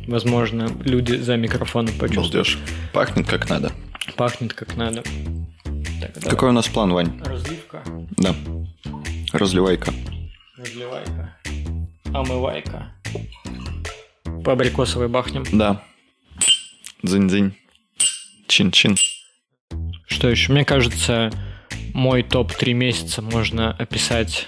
Возможно, люди за микрофоном почувствуют. Балдеж. Пахнет как надо. Пахнет как надо. Так, Какой у нас план, Вань? Разливка. Да. Разливайка. Разливайка. Омывайка. По абрикосовой бахнем. Да. Дзынь-дзынь. Чин-чин. Что еще? Мне кажется, мой топ-3 месяца можно описать...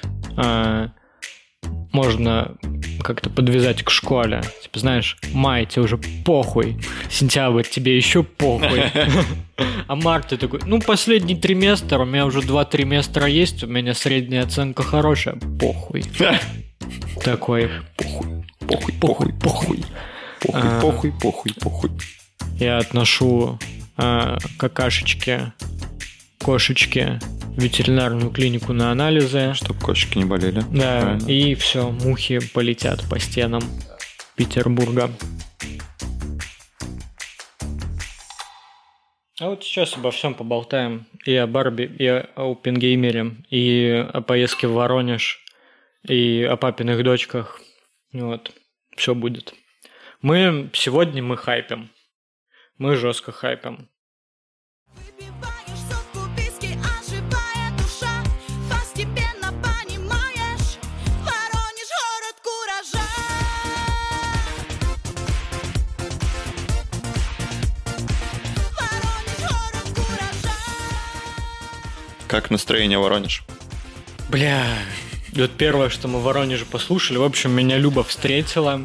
можно как-то подвязать к школе. Типа, знаешь, май, тебе уже похуй. Сентябрь, тебе еще похуй. А март ты такой, последний триместр, у меня уже 2 триместра есть, у меня средняя оценка хорошая. Похуй. Такой. Похуй. Я отношу какашечки, кошечки в ветеринарную клинику на анализы. Чтоб кошечки не болели. Да, правильно. и все, мухи полетят по стенам Петербурга. А вот сейчас обо всем поболтаем. И о Барби, и о Оппенгеймере, и о поездке в Воронеж, и о папиных дочках. Вот, все будет. Сегодня мы хайпим. Мы жестко хайпим. Как настроение, Воронеж? Бля, вот первое, что мы в Воронеже послушали, в общем, меня Люба встретила.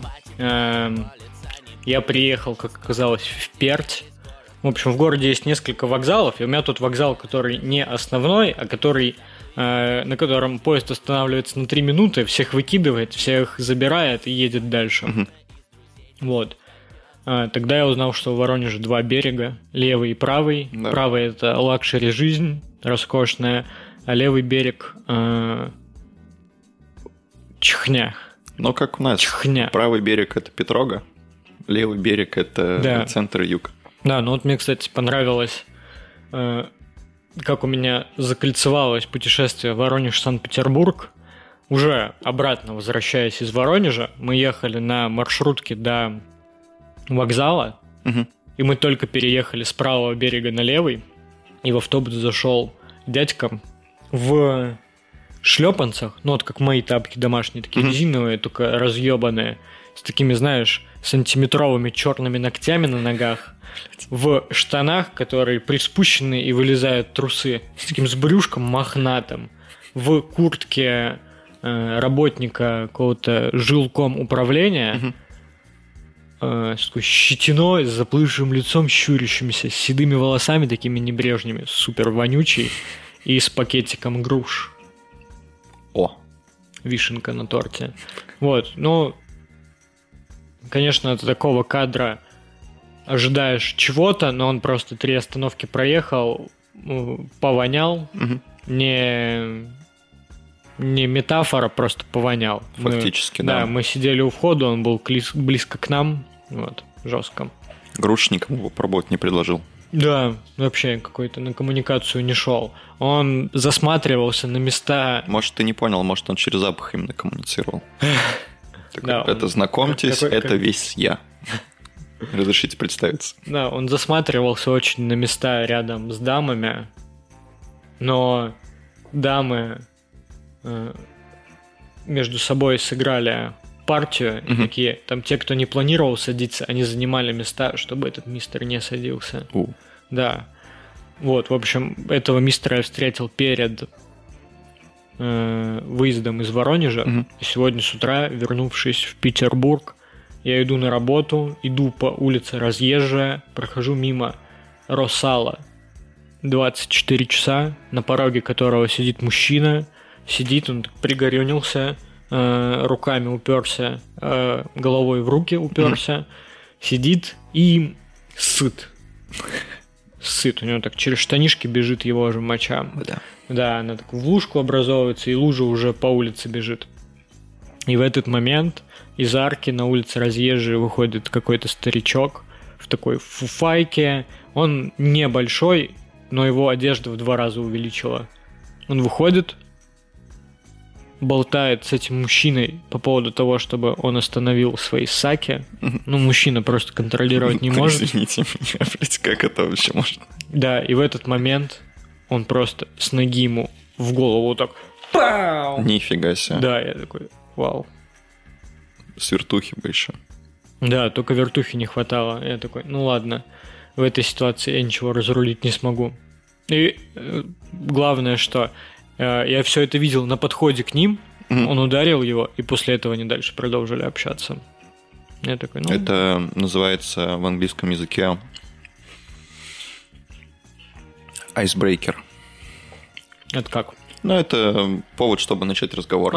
Я приехал, как оказалось, в Пердь. В общем, в городе есть несколько вокзалов, и у меня тут вокзал, который не основной, а который, на котором поезд останавливается на 3 минуты, всех выкидывает, всех забирает и едет дальше. Угу. Вот. Тогда я узнал, что в Воронеже 2 берега, левый и правый. Да. Правый – это лакшери жизнь, роскошная, а левый берег чхня. Ну, как у нас. Чхня. Правый берег – это Петрога, левый берег – это центр и юг. Да, ну вот мне, кстати, понравилось, как у меня закольцевалось путешествие Воронеж-Санкт-Петербург. Уже обратно возвращаясь из Воронежа, мы ехали на маршрутке до вокзала, Угу. и мы только переехали с правого берега на левый, и в автобус зашел дядька в шлепанцах, ну вот как мои тапки домашние, такие резиновые, только разъебанные, с такими, знаешь, сантиметровыми черными ногтями на ногах, в штанах, которые приспущены и вылезают трусы, с таким с брюшком мохнатым, в куртке работника какого-то жилком управления, с такой щетиной, с заплывшим лицом, щурящимся, с седыми волосами такими небрежными, супер вонючий, и с пакетиком груш. О! Вишенка на торте. Вот, ну, конечно, от такого кадра ожидаешь чего-то, но он просто 3 остановки проехал, повонял, не метафора, просто повонял. Фактически, да. Да, мы сидели у входа, он был близко к нам, вот, жестко. Груш никому попробовать не предложил. Да, вообще какой-то на коммуникацию не шел. Он засматривался на места... Может, ты не понял, может, он через запах именно коммуницировал. Да, это знакомьтесь, это весь я. Разрешите представиться. Да, он засматривался очень на места рядом с дамами, но дамы между собой сыграли партию, и такие, там те, кто не планировал садиться, они занимали места, чтобы этот мистер не садился. Да. Вот, в общем, этого мистера я встретил перед выездом из Воронежа. И сегодня с утра, вернувшись в Петербург, я иду на работу, иду по улице разъезжая, прохожу мимо Росала 24 часа, на пороге которого сидит мужчина. Сидит, он пригорюнился, руками уперся, головой в руки уперся, сидит и сыт. Сыт, у него так через штанишки бежит его же моча. Да, она так в лужку образовывается, и лужа уже по улице бежит. И в этот момент из арки на улице разъезжей выходит какой-то старичок в такой фуфайке. Он небольшой, но его одежда в 2 раза увеличила. Он выходит болтает с этим мужчиной по поводу того, чтобы он остановил свои саки. Ну, мужчина просто контролировать не может. Извините меня, блядь, как это вообще может? Да, и в этот момент он просто с ноги ему в голову вот так. Пау! Нифига себе. Да, я такой, вау. С вертухи бы еще. Да, только вертухи не хватало. Я такой, ну ладно, в этой ситуации я ничего разрулить не смогу. И главное, что я все это видел на подходе к ним, он ударил его, и после этого они дальше продолжили общаться. Я такой, ну... Это называется в английском языке icebreaker. Это как? Ну, это повод, чтобы начать разговор.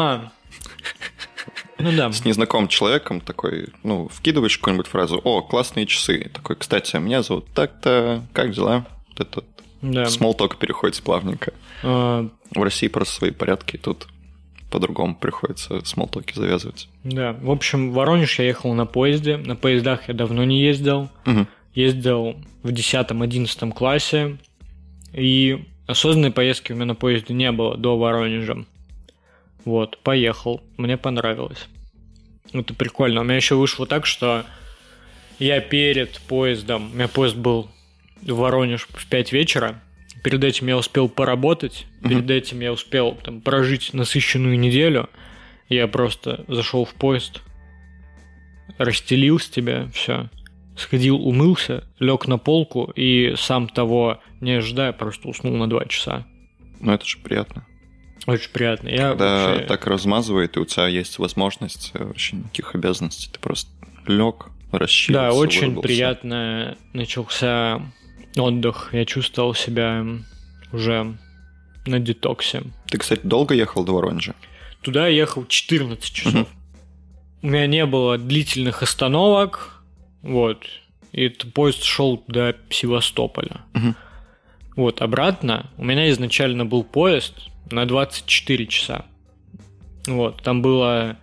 Ну да. С незнакомым человеком такой, ну, вкидываешь какую-нибудь фразу: «О, классные часы». Такой, кстати, меня зовут так-то, как дела? Вот это Да. small talk переходит плавненько. В России просто свои порядки, тут по-другому приходится small talk завязывать. Да, в общем, в Воронеж я ехал на поезде. На поездах я давно не ездил. Ездил в 10-11 классе. И осознанной поездки у меня на поезде не было до Воронежа. Вот, поехал. Мне понравилось. Это прикольно. У меня еще вышло так, что я перед поездом... У меня поезд был в Воронеж в 5 вечера. Перед этим я успел поработать. Перед этим я успел там прожить насыщенную неделю. Я просто зашел в поезд, расстелил с тебя, все, сходил, умылся, лег на полку и сам того не ожидая просто уснул на 2 часа. Ну, это же приятно. Очень приятно. Когда вообще... так размазывает, и у тебя есть возможность вообще никаких обязанностей. Ты просто лег, расчилился. Да, очень вырубился. приятно начался отдых. Я чувствовал себя уже на детоксе. Ты, кстати, долго ехал до Воронежа? Туда я ехал 14 часов. У меня не было длительных остановок. Вот. И поезд шел до Севастополя. Вот, обратно у меня изначально был поезд на 24 часа. Вот, там было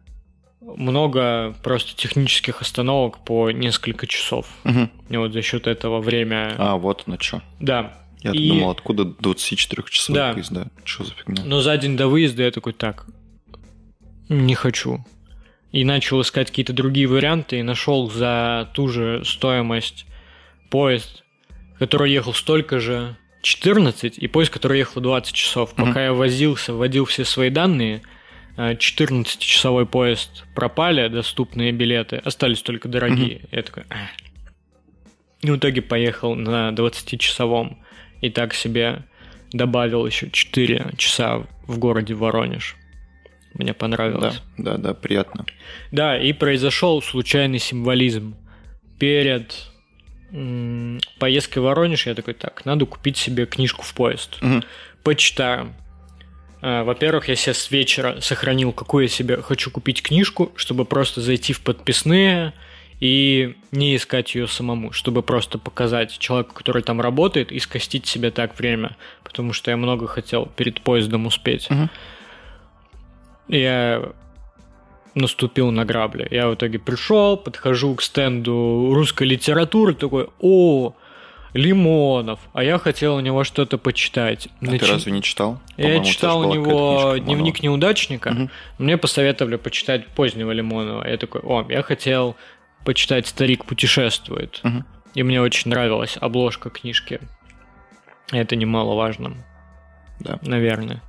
много просто технических остановок по несколько часов. И вот за счет этого время... А, вот оно что. Да. Я думал, откуда 24-часовой поезда? Что за фигня? Но за день до выезда я такой, так, не хочу. И начал искать какие-то другие варианты, и нашел за ту же стоимость поезд, который ехал столько же, 14, и поезд, который ехал 20 часов. Пока я возился, вводил все свои данные, 14-часовой поезд пропали, доступные билеты, остались только дорогие. Я такой... И в итоге поехал на 20-часовом. И так себе добавил еще 4 часа в городе Воронеж. Мне понравилось. Да, приятно. Да, и произошел случайный символизм. Перед поездкой в Воронеж я такой, так, надо купить себе книжку в поезд. Почитаю. Во-первых, я себе с вечера сохранил, какую я себе хочу купить книжку, чтобы просто зайти в подписные и не искать ее самому, чтобы просто показать человеку, который там работает, и скостить себе так время, потому что я много хотел перед поездом успеть. Я наступил на грабли. Я в итоге пришел, подхожу к стенду русской литературы, такой, о, Лимонов, а я хотел у него что-то почитать. Ты разве не читал? Я читал у него «Дневник неудачника». Мне посоветовали почитать позднего Лимонова. Я такой, я хотел почитать «Старик путешествует». И мне очень нравилась обложка книжки. Это немаловажно. Да. Наверное.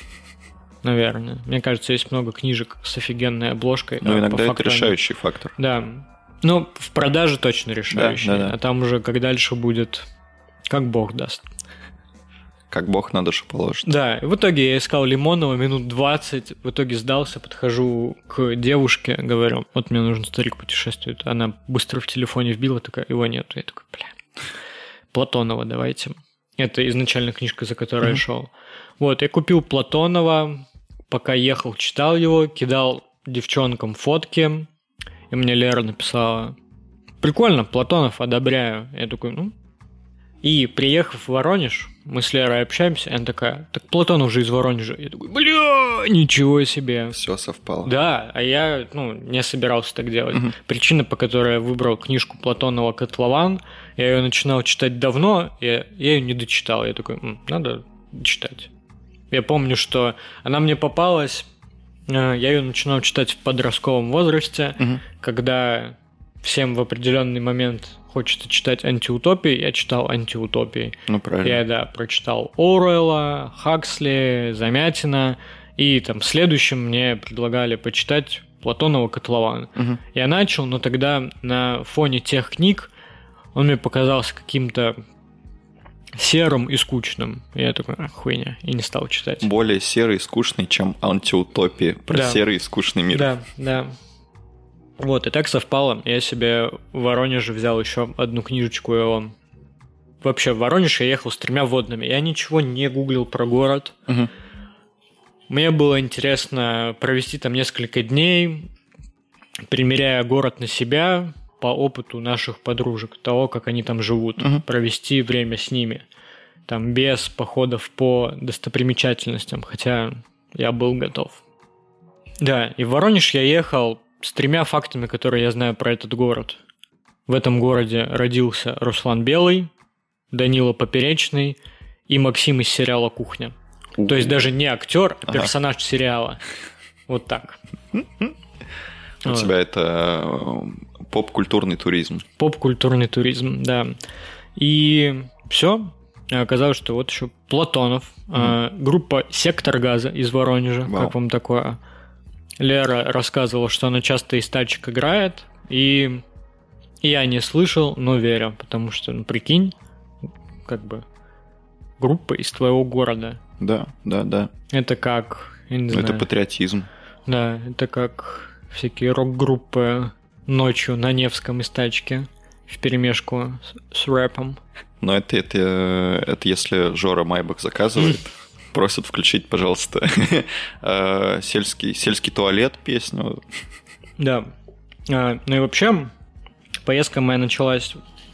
Мне кажется, есть много книжек с офигенной обложкой. Но иногда это решающий фактор. Да. Ну, в продаже точно решающий. Да. А там уже как дальше будет, как бог даст. Как бог на душу положит. Да, в итоге я искал Лимонова минут 20, в итоге сдался, подхожу к девушке, говорю, вот мне нужен «Старик путешествует». Она быстро в телефоне вбила, такая, его нету. Я такой, Платонова давайте. Это изначально книжка, за которой я шел. Вот, я купил Платонова, пока ехал, читал его, кидал девчонкам фотки, и мне Лера написала, прикольно, Платонов, одобряю. Я такой, И приехав в Воронеж, мы с Лерой общаемся, и она такая, так Платонов же из Воронежа. Я такой, ничего себе. Все совпало. Да, а я, не собирался так делать. Причина, по которой я выбрал книжку Платонова «Котлован», я ее начинал читать давно, я ее не дочитал. Я такой, надо читать. Я помню, что она мне попалась Я ее начинал читать в подростковом возрасте, когда всем в определенный момент хочется читать антиутопии, я читал антиутопии. Ну, правильно. Я, прочитал Оруэлла, Хаксли, Замятина, и там следующим мне предлагали почитать Платонова «Котлован». Я начал, но тогда на фоне тех книг он мне показался каким-то серым и скучным. И я такой, хуйня, и не стал читать. Более серый и скучный, чем антиутопия про серый и скучный мир. Да. Вот, и так совпало. Я себе в Воронеже взял еще одну книжечку. Вообще, в Воронеж я ехал с 3 вводными. Я ничего не гуглил про город. Мне было интересно провести там несколько дней, примеряя город на себя по опыту наших подружек, того, как они там живут, провести время с ними. Там без походов по достопримечательностям, хотя я был готов. Да, и в Воронеж я ехал с 3 фактами, которые я знаю про этот город. В этом городе родился Руслан Белый, Данила Поперечный и Максим из сериала «Кухня». То есть даже не актер, а персонаж сериала. Вот так. У тебя это поп-культурный туризм. Поп-культурный туризм, да. И все. Оказалось, что вот еще Платонов, группа «Сектор газа» из Воронежа. Вау. Как вам такое? Лера рассказывала, что она часто из тачек играет, и я не слышал, но верю, потому что, прикинь, как бы группа из твоего города. Да. Это как, я не знаю. Это патриотизм. Да, это как всякие рок-группы ночью на Невском из тачки вперемешку с рэпом. Но это если Жора Майбах заказывает, просит включить, пожалуйста, сельский туалет песню. Да. Ну и вообще, поездка моя началась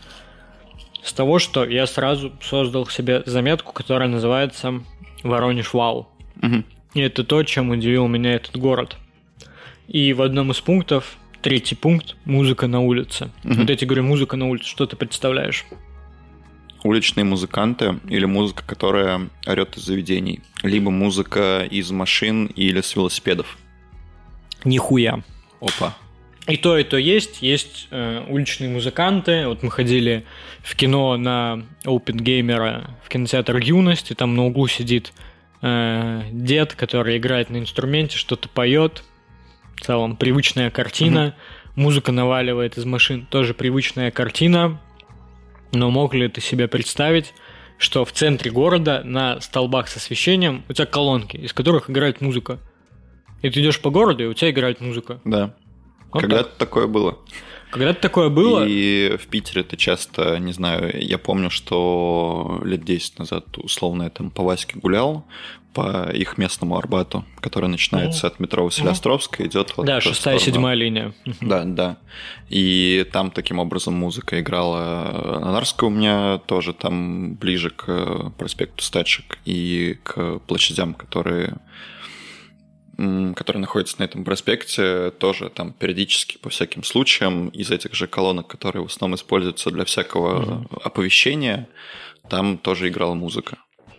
с того, что я сразу создал себе заметку, которая называется «Воронеж Вау». И это то, чем удивил меня этот город. И в одном из пунктов, 3-й пункт, музыка на улице. Вот я тебе говорю, музыка на улице, что ты представляешь? Уличные музыканты или музыка, которая орет из заведений, либо музыка из машин или с велосипедов. Нихуя. Опа. И то есть. Есть уличные музыканты. Вот мы ходили в кино на Open Gamer в кинотеатр «Юность», и там на углу сидит дед, который играет на инструменте, что-то поет. В целом привычная картина. Музыка наваливает из машин, тоже привычная картина. Но мог ли ты себе представить, что в центре города на столбах с освещением у тебя колонки, из которых играет музыка? И ты идешь по городу, и у тебя играет музыка. Да. Вот когда-то такое было. Когда-то такое было. И в Питере ты часто, не знаю, я помню, что лет 10 назад условно я там по Ваське гулял, по их местному Арбату, который начинается от метро Василиостровская, идет вот. Да, 6-я, 7-я линия. Да. И там таким образом музыка играла. На Нарской у меня тоже там ближе к проспекту Стачек и к площадям, которые находятся на этом проспекте, тоже там периодически по всяким случаям из этих же колонок, которые в основном используются для всякого оповещения, там тоже играла музыка.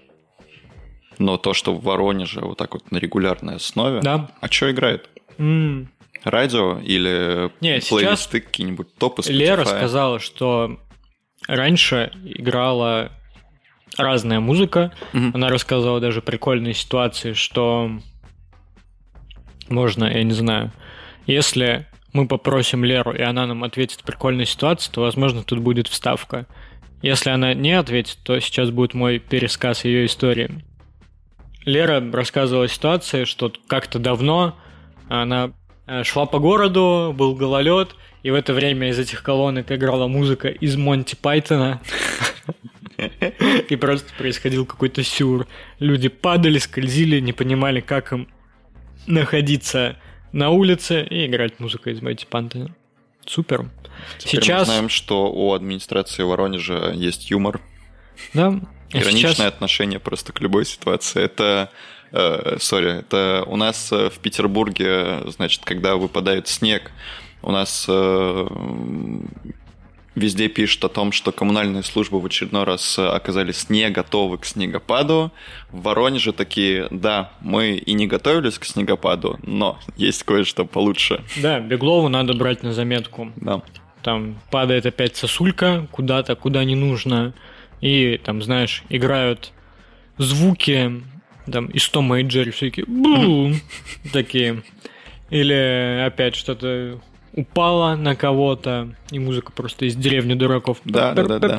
Но то, что в Воронеже вот так вот на регулярной основе... Да. А что играет? Радио или плейлисты, какие-нибудь топы Spotify? Лера сказала, что раньше играла разная музыка. Она рассказала даже прикольные ситуации, что можно, я не знаю, если мы попросим Леру, и она нам ответит прикольную ситуацию, то, возможно, тут будет вставка. Если она не ответит, то сейчас будет мой пересказ ее истории. Лера рассказывала ситуации, что как-то давно она шла по городу, был гололед, и в это время из этих колонок играла музыка из Монти Пайтона. И просто происходил какой-то сюр. Люди падали, скользили, не понимали, как им находиться на улице и играть музыку из Монти Пайтона. Супер. Теперь сейчас мы знаем, что у администрации Воронежа есть юмор. Да. Ироничное отношение просто к любой ситуации. Это у нас в Петербурге, значит, когда выпадает снег, у нас везде пишут о том, что коммунальные службы в очередной раз оказались не готовы к снегопаду. В Воронеже такие, да, мы и не готовились к снегопаду, но есть кое-что получше. Да, Беглову надо брать на заметку. Да. Там падает опять сосулька куда-то, куда не нужно, и там, знаешь, играют звуки там из Тома и Джерри, все такие. Или опять что-то упало на кого-то, и музыка просто из деревни дураков. Да.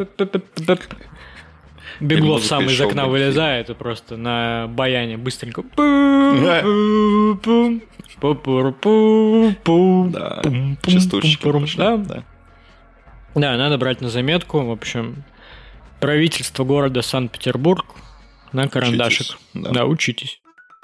Беглов сам из окна вылезает и просто на баяне быстренько. Да, частушечки пошли. Да, надо брать на заметку. В общем, правительство города Санкт-Петербург на карандашик. Учитесь, да, учитесь.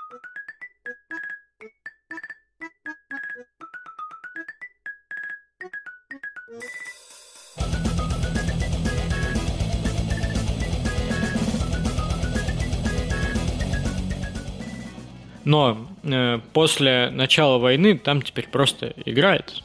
Но после начала войны там теперь просто играет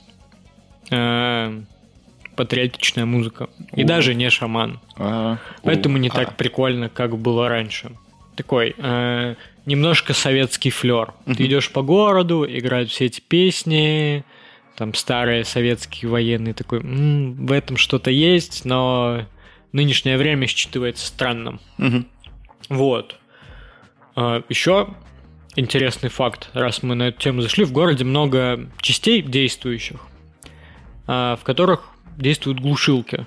патриотичная музыка. И даже не шаман. Поэтому не так прикольно, как было раньше. Такой немножко советский флер. Ты идешь по городу, играют все эти песни, там старые советские военные. Такой, в этом что-то есть, но нынешнее время считывается странным. Вот. Еще интересный факт, раз мы на эту тему зашли, в городе много частей действующих, в которых действуют глушилки,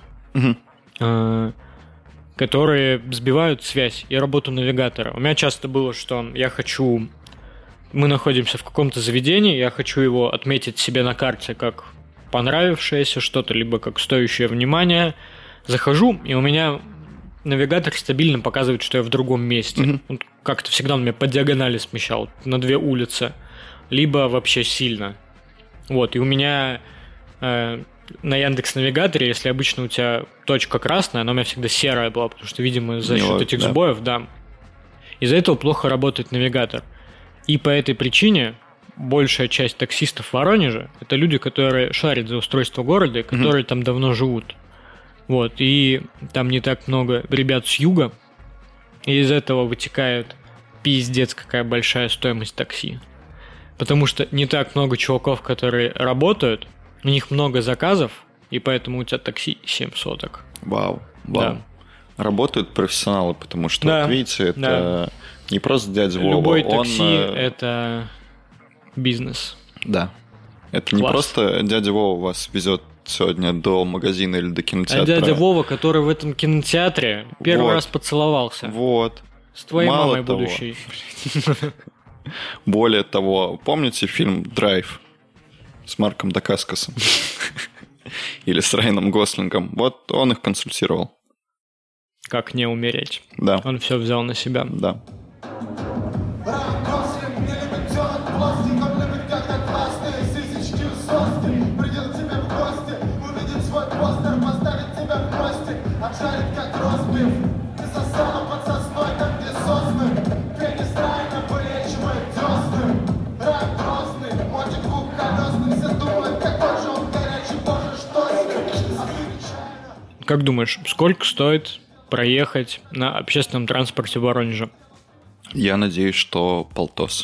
которые сбивают связь и работу навигатора. У меня часто было, что мы находимся в каком-то заведении, я хочу его отметить себе на карте как понравившееся что-то, либо как стоящее внимания. Захожу, и у меня навигатор стабильно показывает, что я в другом месте. Как-то всегда он меня по диагонали смещал на 2 улицы, либо вообще сильно. Вот, и у меня на Яндекс.Навигаторе, если обычно у тебя точка красная, она у меня всегда серая была, потому что, видимо, за счет этих сбоев, да. Из-за этого плохо работает навигатор. И по этой причине большая часть таксистов в Воронеже – это люди, которые шарят за устройство города, и которые там давно живут. Вот, и там не так много ребят с юга, и из этого вытекает пиздец какая большая стоимость такси. Потому что не так много чуваков, которые работают, у них много заказов, и поэтому у тебя такси 7 соток. Вау. Да. Работают профессионалы, потому что, вот видите, это не просто дядя Вова. Любой такси – это бизнес. Да. Это не просто дядя Вова вас везет сегодня до магазина или до кинотеатра. А дядя Вова, который в этом кинотеатре первый раз поцеловался. Вот. С твоей мамой будущей. Более того, помните фильм «Драйв» с Марком Дакаскосом? Или с Райаном Гослингом? Вот он их консультировал. Как не умереть. Да. Он все взял на себя. Да. Как думаешь, сколько стоит проехать на общественном транспорте в Воронеже? Я надеюсь, что полтос.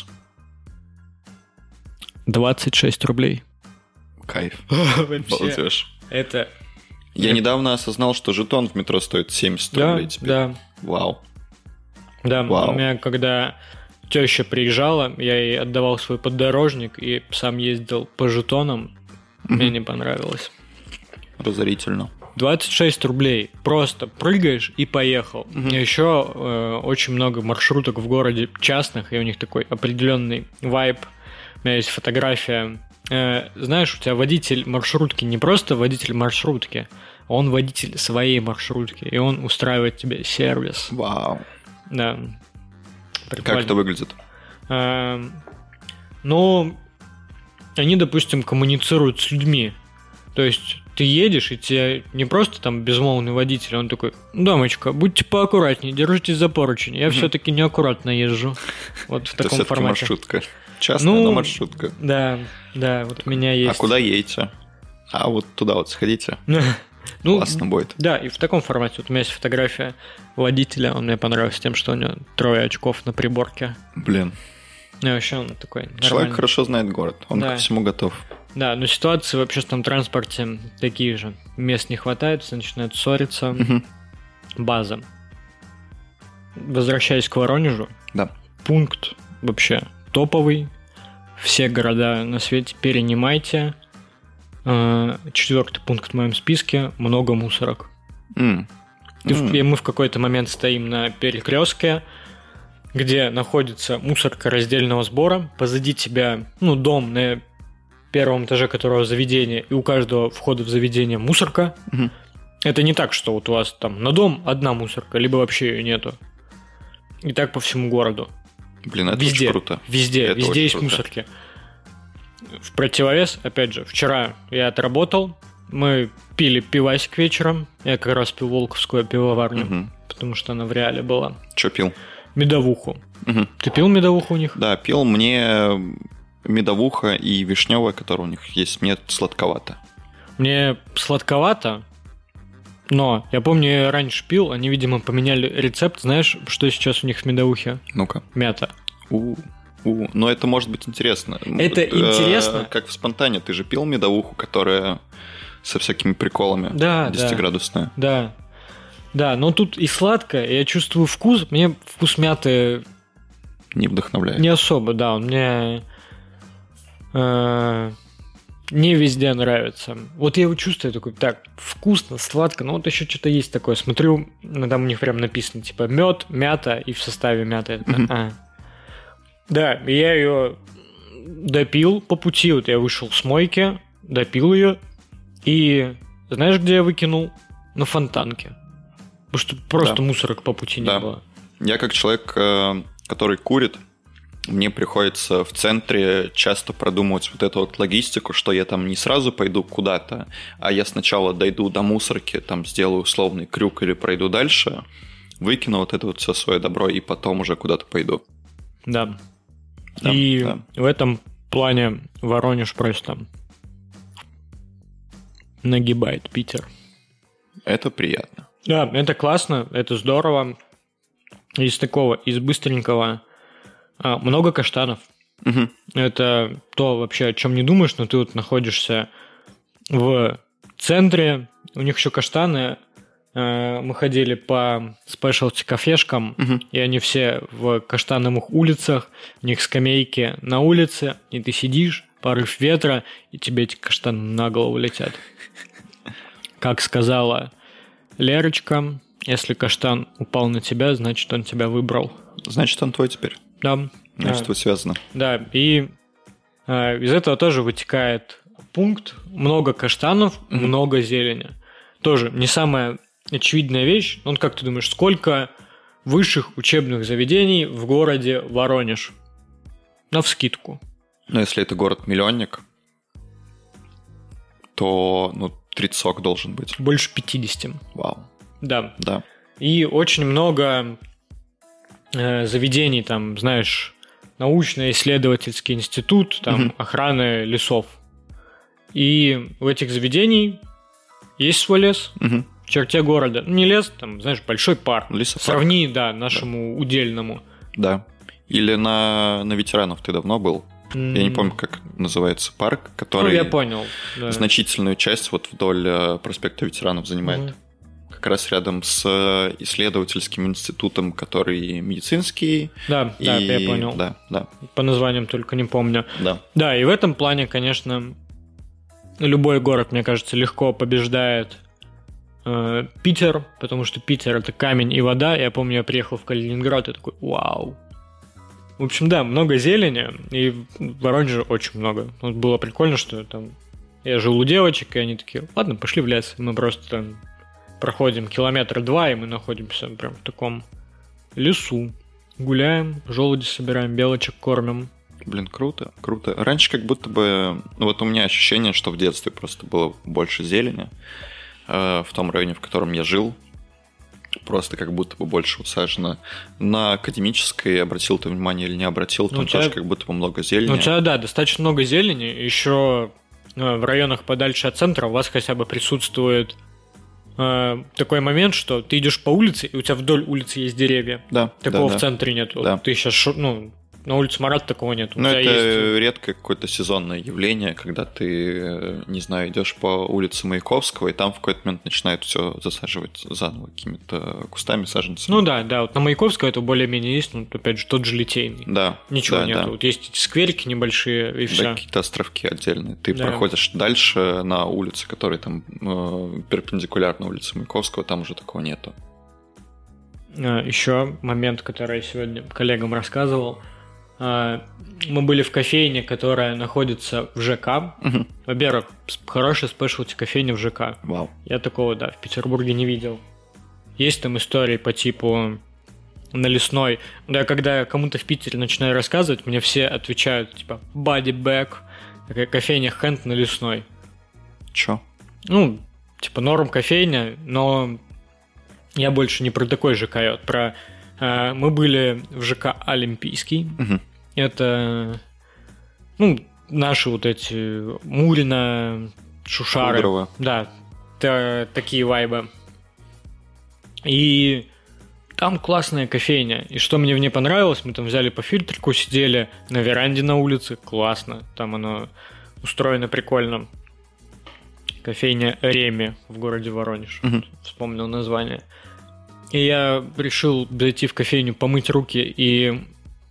26 рублей. Кайф. Вообще, это... Я недавно осознал, что жетон в метро стоит 70 рублей теперь. Да. Вау. Да, у меня, когда теща приезжала, я ей отдавал свой поддорожник и сам ездил по жетонам. Мне не понравилось. Разорительно. 26 рублей. Просто прыгаешь и поехал. Еще очень много маршруток в городе частных, и у них такой определенный вайб. У меня есть фотография. Знаешь, у тебя водитель маршрутки не просто водитель маршрутки, а он водитель своей маршрутки, и он устраивает тебе сервис. Вау. Да. Прикольно. Как это выглядит? Ну, они, допустим, коммуницируют с людьми. То есть ты едешь, и тебе не просто там безмолвный водитель, он такой: дамочка, будьте поаккуратнее, держитесь за поручень. Я все-таки неаккуратно езжу. Вот в таком формате. Маршрутка. Частная, но маршрутка. Да, вот у меня есть. А куда едете? А вот туда вот сходите. Классно будет. Да, и в таком формате. Вот у меня есть фотография водителя, он мне понравился тем, что у него 3 очков на приборке. Блин. Ну, вообще он такой нормальный. Человек хорошо знает город, он ко всему готов. Да, но ситуации в общественном транспорте такие же. Мест не хватает, все начинают ссориться. База. Возвращаясь к Воронежу. Да. Пункт вообще топовый. Все города на свете перенимайте. 4-й пункт в моем списке. Много мусорок. И мы в какой-то момент стоим на перекрестке, где находится мусорка раздельного сбора. Позади тебя, дом на 1-м этаже которого заведение, и у каждого входа в заведение мусорка. Это не так, что вот у вас там на дом одна мусорка, либо вообще ее нету. И так по всему городу. Блин, это очень круто. Везде есть круто. Мусорки. В противовес, опять же, вчера я отработал, мы пили пивасик вечером. Я как раз пил Волковскую пивоварню, потому что она в Реале была. Че пил? Медовуху. Ты пил медовуху у них? Да, пил. Мне медовуха и вишневая, которая у них есть, мне сладковато. Мне сладковато, но я помню, я раньше пил, они, видимо, поменяли рецепт. Знаешь, что сейчас у них в медовухе? Ну-ка. Мята. Но это может быть интересно. Это интересно? Как в спонтане. Ты же пил медовуху, которая со всякими приколами. Да, 10-градусная. Да. Да, но тут и сладко, и я чувствую вкус. Мне вкус мяты не вдохновляет. Не особо, да. Он мне не везде нравится. Вот я его чувствую, такой, так, вкусно, сладко, но вот еще что-то есть такое. Смотрю, там у них прям написано, типа, мед, мята, и в составе мята. Да, я ее допил по пути, вот я вышел с мойки, допил ее, и знаешь, где я выкинул? На фонтанке. Потому что просто мусорок по пути не было. Я как человек, который курит, мне приходится в центре часто продумывать вот эту вот логистику, что я там не сразу пойду куда-то, а я сначала дойду до мусорки, там сделаю условный крюк или пройду дальше, выкину вот это вот все свое добро и потом уже куда-то пойду. Да. В этом плане Воронеж просто нагибает Питер. Это приятно. Да, это классно, это здорово. Из такого, из быстренького много каштанов. Это то вообще, о чем не думаешь, но ты вот находишься в центре, у них еще каштаны. Мы ходили по спешлти-кафешкам, и они все в каштановых улицах, у них скамейки на улице, и ты сидишь, порыв ветра, и тебе эти каштаны на голову летят. Как сказала Лерочка, если каштан упал на тебя, значит, он тебя выбрал. Значит, он твой теперь. Да. Значит, вы связаны. Да, и из этого тоже вытекает пункт: много каштанов, много зелени. Тоже не самая очевидная вещь. Ну, как ты думаешь, сколько высших учебных заведений в городе Воронеж? Навскидку. Ну, если это город-миллионник, то 30 должен быть. Больше 50. Вау. Да. Да. И очень много заведений, там, знаешь, научно-исследовательский институт, там, охраны лесов. И у этих заведений есть свой лес. В черте города. Не лес, там, знаешь, большой парк. Лесопарк. Сравни, нашему удельному. Да. Или на ветеранов ты давно был? Я не помню, как называется парк, который я понял. Да. Значительную часть вот вдоль проспекта ветеранов занимает. Как раз рядом с исследовательским институтом, который медицинский. Да, я понял. Да. По названиям только не помню. Да. Да, и в этом плане, конечно, любой город, мне кажется, легко побеждает Питер, потому что Питер — это камень и вода. Я помню, я приехал в Калининград и такой, вау. В общем, да, много зелени, и в Воронеже очень много. Вот было прикольно, что там я жил у девочек, и они такие, ладно, пошли в лес. И мы просто там проходим 2 километра, и мы находимся прям в таком лесу. Гуляем, желуди собираем, белочек кормим. Блин, круто. Раньше как будто бы... вот у меня ощущение, что в детстве просто было больше зелени. В том районе, в котором я жил, просто как будто бы больше усажено. На Академической обратил ты внимание или не обратил, там тоже как будто бы много зелени. У тебя, достаточно много зелени. Еще в районах подальше от центра у вас хотя бы присутствует такой момент, что ты идешь по улице, и у тебя вдоль улицы есть деревья. Да. Такого в центре нет. Да. Ты сейчас, на улице Марат такого нет. Ну, это есть... редкое какое-то сезонное явление, когда ты, не знаю, идешь по улице Маяковского, и там в какой-то момент начинают все засаживать заново какими-то кустами, саженцами. Ну да, вот на Маяковского это более-менее есть, но опять же тот же Литейный. Да. Ничего да, нету. Да. Вот есть эти скверики небольшие, и все. Да, какие-то островки отдельные. Ты проходишь дальше на улице, которая там перпендикулярна улице Маяковского, там уже такого нету. Еще момент, который я сегодня коллегам рассказывал. Мы были в кофейне, которая находится в ЖК. Угу. Во-первых, хорошая спешлти кофейня в ЖК. Вау. Я такого, в Петербурге не видел. Есть там истории по типу на Лесной. Да, когда я кому-то в Питере начинаю рассказывать, мне все отвечают, типа, body bag, такая кофейня Хэнд на Лесной. Чё? Ну, типа, норм кофейня, но я больше не про такой ЖК, про... Мы были в ЖК Олимпийский. Угу. Это, наши вот эти Мурина, Шушары. Кудрово. Да, такие вайбы. И там классная кофейня. И что мне в ней понравилось, мы там взяли по фильтрику, сидели на веранде на улице. Классно. Там оно устроено прикольно. Кофейня Реми в городе Воронеж. Угу. Вспомнил название. И я решил зайти в кофейню, помыть руки и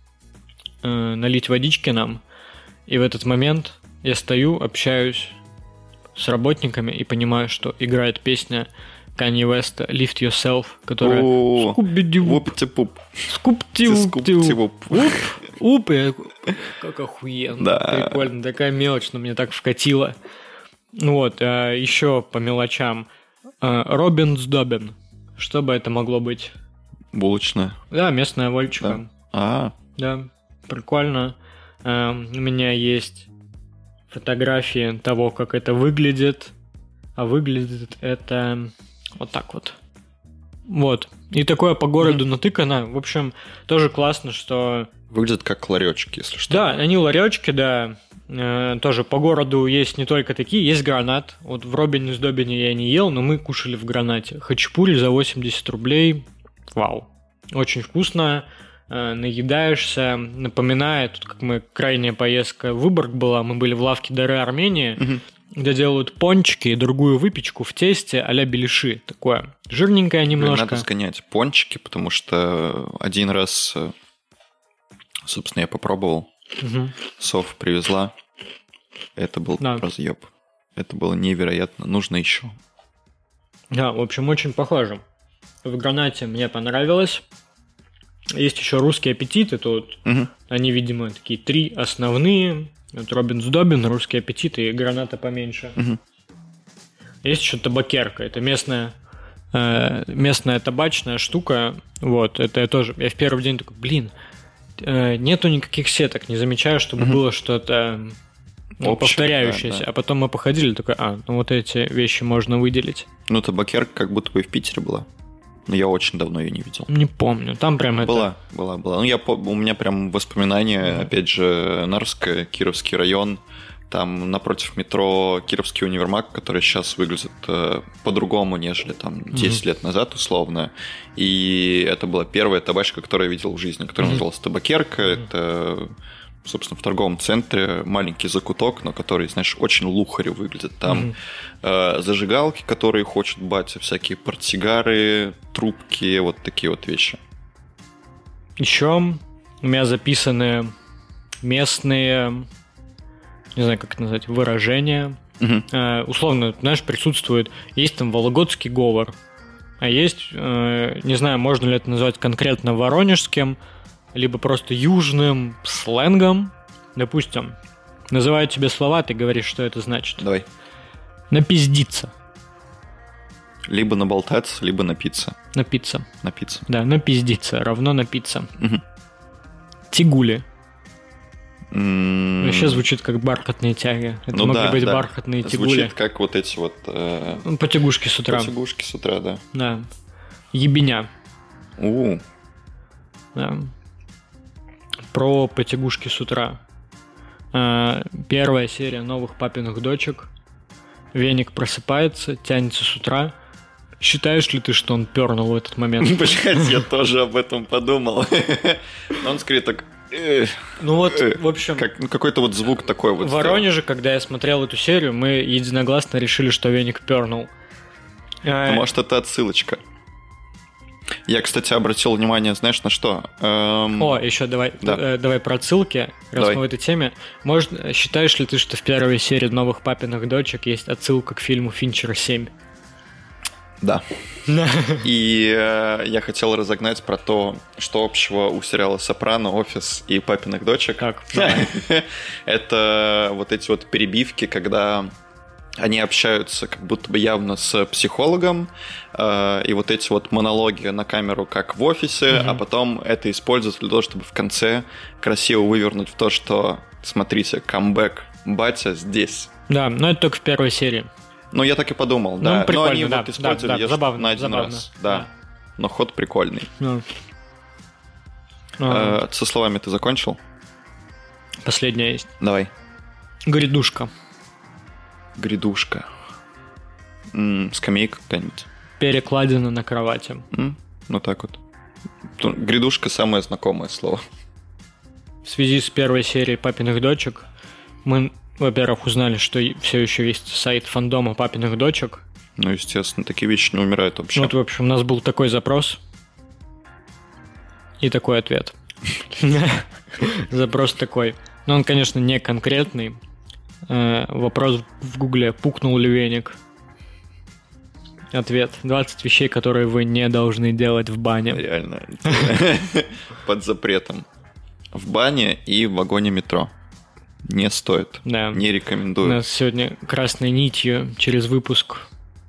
налить водички нам. И в этот момент я стою, общаюсь с работниками и понимаю, что играет песня Kanye West «Lift Yourself», которая Скуби-ди-вуп. Скуп-ти-вуп. Уп. Как охуенно. Да. Прикольно. Такая мелочь, но мне так вкатило. Вот. Еще по мелочам. Робинс-Добин. Что бы это могло быть? Булочная. Да, местная вольчика. Да. Да, прикольно. У меня есть фотографии того, как это выглядит. А выглядит это вот так вот. Вот. И такое по городу натыкано. В общем, тоже классно, что... Выглядит как ларечки, если что. Да, они ларечки, да. Тоже по городу есть не только такие, есть гранат. Вот в Робинс-Добине я не ел, но мы кушали в гранате. Хачапури за 80 рублей. Вау. Очень вкусно. Наедаешься. Напоминает, тут как мы крайняя поездка в Выборг была, мы были в лавке Дары Армении, где делают пончики и другую выпечку в тесте а-ля беляши. Такое жирненькое немножко. Надо сгонять пончики, потому что один раз, собственно, я попробовал. Соф привезла. Это был разъеб. Это было невероятно. Нужно еще. Да, в общем, очень похоже. В гранате мне понравилось. Есть еще русские аппетиты тут. Они, видимо, такие 3 основные. Вот Робинс-Добин, русские аппетиты и граната поменьше. Есть еще табакерка. Это местная табачная штука. Вот, это я тоже. Я в первый день такой, нету никаких сеток, не замечаю, чтобы было что-то повторяющееся. Да. А потом мы походили, такой, вот эти вещи можно выделить. Ну, табакерка как будто бы и в Питере была. Но я очень давно ее не видел. Не помню, там прям была. Ну, у меня прям воспоминания, опять же, Нарвская, Кировский район. Там напротив метро Кировский универмаг, который сейчас выглядит по-другому, нежели там 10 лет назад условно. И это была первая табачка, которую я видел в жизни, которая называлась табакерка. Это, собственно, в торговом центре маленький закуток, но который, знаешь, очень лухарю выглядит. Там зажигалки, которые хочет батя, всякие портсигары, трубки, вот такие вот вещи. Еще у меня записаны местные... не знаю, как это назвать, выражения. Условно, знаешь, присутствует... Есть там вологодский говор, а есть, не знаю, можно ли это назвать конкретно воронежским, либо просто южным сленгом. Допустим, называю тебе слова, ты говоришь, что это значит. Давай. Напиздиться. Либо наболтаться, либо напиться. Напиться. Напиться. Да, напиздиться равно напиться. Тигули. Вообще звучит как бархатные тяги. Это могли быть бархатные тягули. Звучит как вот эти вот... потягушки с утра. Потягушки с утра, да. Да. Ебеня. Да. Про потягушки с утра. Первая серия новых папиных дочек. Веник просыпается, тянется с утра Считаешь ли ты, что он пернул в этот момент? Блять, я тоже об этом подумал. Он скорее так... Ну вот, в общем... Какой-то вот звук такой вот. В Воронеже, когда я смотрел эту серию, мы единогласно решили, что веник пернул. Может, это отсылочка. Я, кстати, обратил внимание, знаешь, на что? Еще давай про отсылки, раз мы в этой теме. Считаешь ли ты, что в первой серии «Новых папиных дочек» есть отсылка к фильму Финчера «7»? Да. И я хотел разогнать про то, что общего у сериала «Сопрано», «Офис» и «Папиных дочек». Так. Это вот эти вот перебивки, когда они общаются как будто бы явно с психологом, и вот эти вот монологи на камеру, как в «Офисе», а потом это используют для того, чтобы в конце красиво вывернуть в то, что, смотрите, камбэк, батя здесь. Да, но это только в первой серии. Ну, я так и подумал, да. Прикольно, но они вот использовали забавно, на один раз. Да. Но ход прикольный. Со словами ты закончил? Последняя есть. Давай. Грядушка. Скамейка какая-нибудь. Перекладина на кровати. Ну, так вот. Грядушка — самое знакомое слово. В связи с первой серией «Папиных дочек» мы, во-первых, узнали, что все еще есть сайт фандома «Папиных дочек». Ну, естественно, такие вещи не умирают вообще. Вот, в общем, у нас был такой запрос и такой ответ. Запрос такой. Но он, конечно, не конкретный. Вопрос в гугле: пукнул ли веник? Ответ: 20 вещей, которые вы не должны делать в бане. Реально. Под запретом. В бане и в вагоне метро. Не стоит. Да. Не рекомендую. У нас сегодня красной нитью через выпуск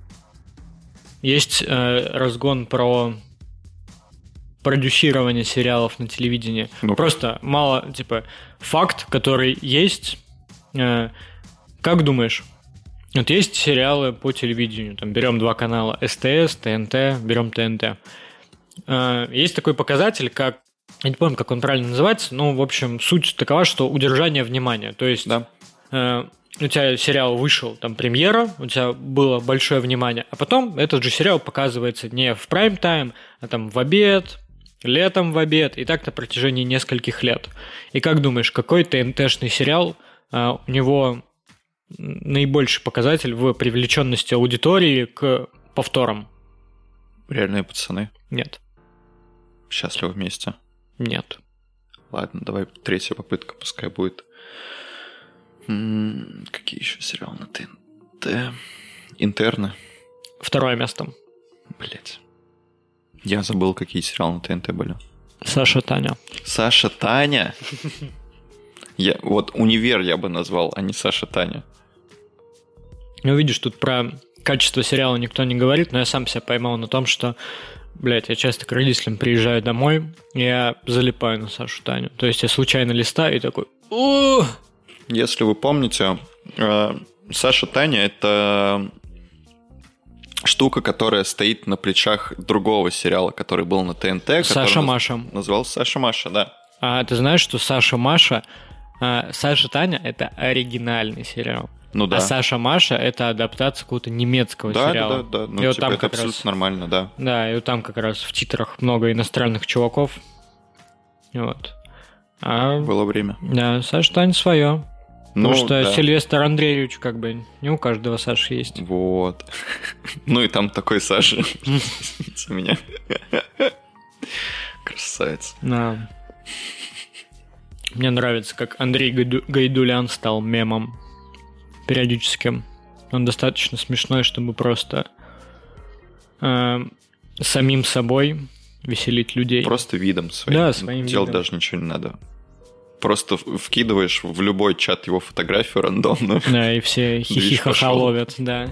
есть разгон про продюсирование сериалов на телевидении. Просто мало, факт, который есть. Как думаешь, вот есть сериалы по телевидению, там берем два канала: СТС, ТНТ, берем ТНТ. Есть такой показатель, как, я не помню, как он правильно называется, но, в общем, суть такова, что удержание внимания. То есть у тебя сериал вышел, там премьера, у тебя было большое внимание, а потом этот же сериал показывается не в прайм-тайм, а там в обед, летом в обед, и так на протяжении нескольких лет. И как думаешь, какой ТНТ-шный сериал, у него наибольший показатель в привлеченности аудитории к повторам? «Реальные пацаны». Нет. «Счастливы вместе». Нет. Ладно, давай третья попытка, пускай будет. Какие еще сериалы на ТНТ? «Интерны». Второе место. Блять. Я забыл, какие сериалы на ТНТ были. «Саша Таня». «Саша Таня»? Вот «Универ» я бы назвал, а не «Саша Таня». Ну, видишь, тут про качество сериала никто не говорит, но я сам себя поймал на том, что, я часто к родителям приезжаю домой, и я залипаю на Сашу Таню. То есть я случайно листаю и такой: «О!» Если вы помните, «Саша Таня» — это штука, которая стоит на плечах другого сериала, который был на ТНТ. «Саша Маша». Назывался «Саша Маша», да. А ты знаешь, что «Саша Маша», «Саша Таня» — это оригинальный сериал. Ну да. А «Саша Маша» — это адаптация какого-то немецкого сериала. Да. Ну, и вот там это абсолютно нормально, да. Да, и вот там как раз в титрах много иностранных чуваков. Вот. Было время. Да, «Саша Таня» свое. Ну, потому что да. Сильвестр Андреевич, не у каждого Саши есть. Вот. Ну и там такой Саша. За меня. Красавец. Да. Мне нравится, как Андрей Гайдулян стал мемом периодическим. Он достаточно смешной, чтобы просто самим собой веселить людей. Просто видом своим. Да, своим Делать видом. даже ничего не надо. Просто вкидываешь в любой чат его фотографию рандомную. Да, и все хихихаха ловят, да.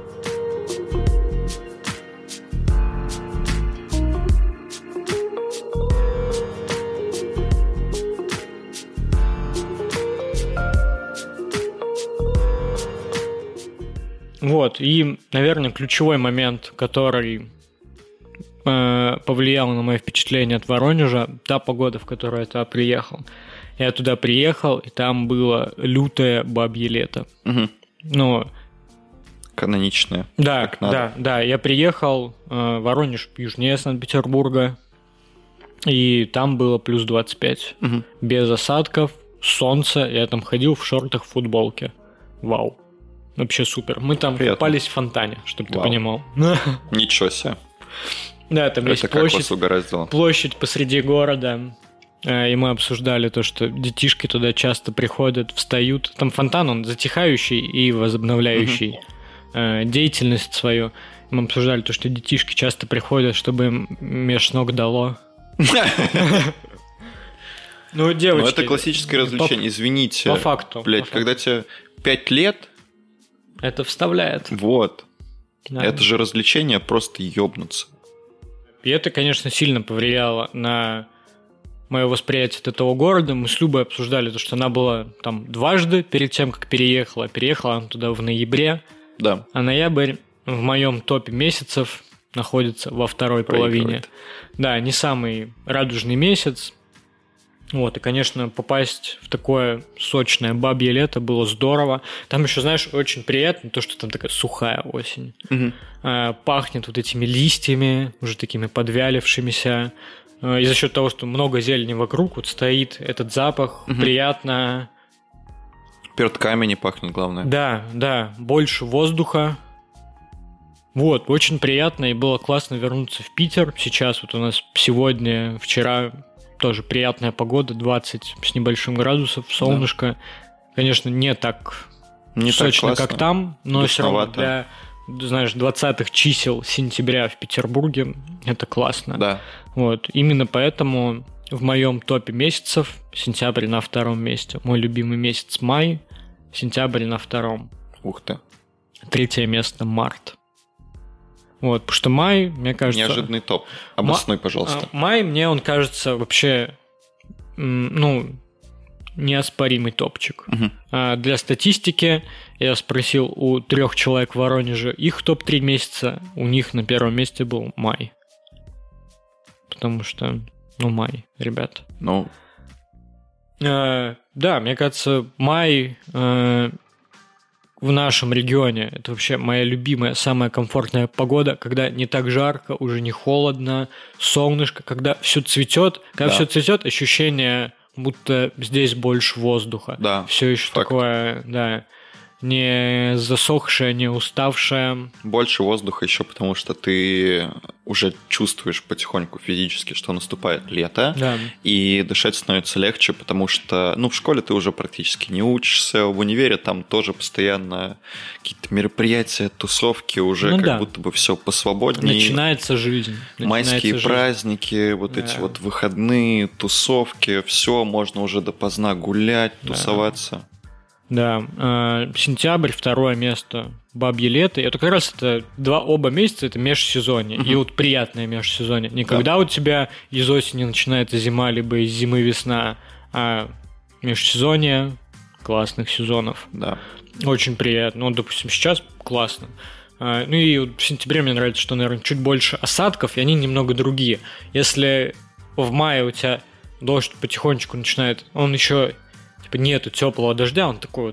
Вот, и, наверное, ключевой момент, который повлиял на мое впечатление от Воронежа, та погода, в которую я туда приехал. Я туда приехал, и там было лютое бабье лето. Угу. Ну, каноничные. Да, как надо. да. Я приехал в Воронеж южнее Санкт-Петербурга, и там было плюс 25. Без осадков, солнце. Я там ходил в шортах, в футболке. Вау. Вообще супер. Мы там купались в фонтане, чтобы ты понимал. Ничего себе. Да, там есть площадь посреди города. И мы обсуждали то, что детишки туда часто приходят, встают. Там фонтан, он затихающий и возобновляющий деятельность свою. Мы обсуждали то, что детишки часто приходят, чтобы им меж ног дало. Ну, девочки... Но это классическое развлечение, извините. По факту. Блядь, когда тебе 5 лет... Это вставляет. Вот. Да. Это же развлечение просто ёбнуться. И это, конечно, сильно повлияло на мое восприятие от этого города. Мы с Любой обсуждали то, что она была там дважды перед тем, как переехала. Переехала она туда в ноябре. Да. А ноябрь в моем топе месяцев находится во второй половине. Да, не самый радужный месяц. Вот, и, конечно, попасть в такое сочное бабье лето было здорово. Там еще, знаешь, очень приятно то, что там такая сухая осень. Пахнет вот этими листьями, уже такими подвялившимися. И за счет того, что много зелени вокруг, вот стоит этот запах, приятно. Пертками не пахнет, главное. Да, больше воздуха. Вот, очень приятно, и было классно вернуться в Питер. Сейчас вот у нас сегодня, вчера... Тоже приятная погода, 20 с небольшим градусов, солнышко. Да. Конечно, не так сочно, как там, но все равно для, знаешь, 20-х чисел сентября в Петербурге это классно. Да. Вот. Именно поэтому в моем топе месяцев сентябрь на втором месте. Мой любимый месяц май, сентябрь на втором. Ух ты. Третье место март. Вот, потому что май, мне кажется... Неожиданный топ. Обоснуй, пожалуйста. Май, мне он кажется вообще, неоспоримый топчик. Для статистики я спросил у 3 человек в Воронеже, их топ-3 месяца, у них на первом месте был май. Потому что, май, ребят. Да, мне кажется, май... В нашем регионе это вообще моя любимая, самая комфортная погода, когда не так жарко, уже не холодно, солнышко, когда все цветет. Когда все цветет, ощущение, будто здесь больше воздуха. Да. Все еще такое, да, не засохшее, не уставшее. Больше воздуха еще потому, что ты уже чувствуешь потихоньку физически, что наступает лето, и дышать становится легче, потому что, в школе ты уже практически не учишься, в универе там тоже постоянно какие-то мероприятия, тусовки, уже будто бы все посвободнее. Начинается жизнь. Майские праздники, эти вот выходные, тусовки, все, можно уже допоздна гулять, тусоваться. Да, сентябрь, второе место, бабье лето. Это как раз оба месяца, это межсезонье. И вот приятное межсезонье. Не когда у тебя из осени начинается зима, либо из зимы весна, а межсезонье классных сезонов. Да. Очень приятно. Допустим, сейчас классно. И в сентябре мне нравится, что, наверное, чуть больше осадков, и они немного другие. Если в мае у тебя дождь потихонечку начинает, он еще... нету теплого дождя, он такой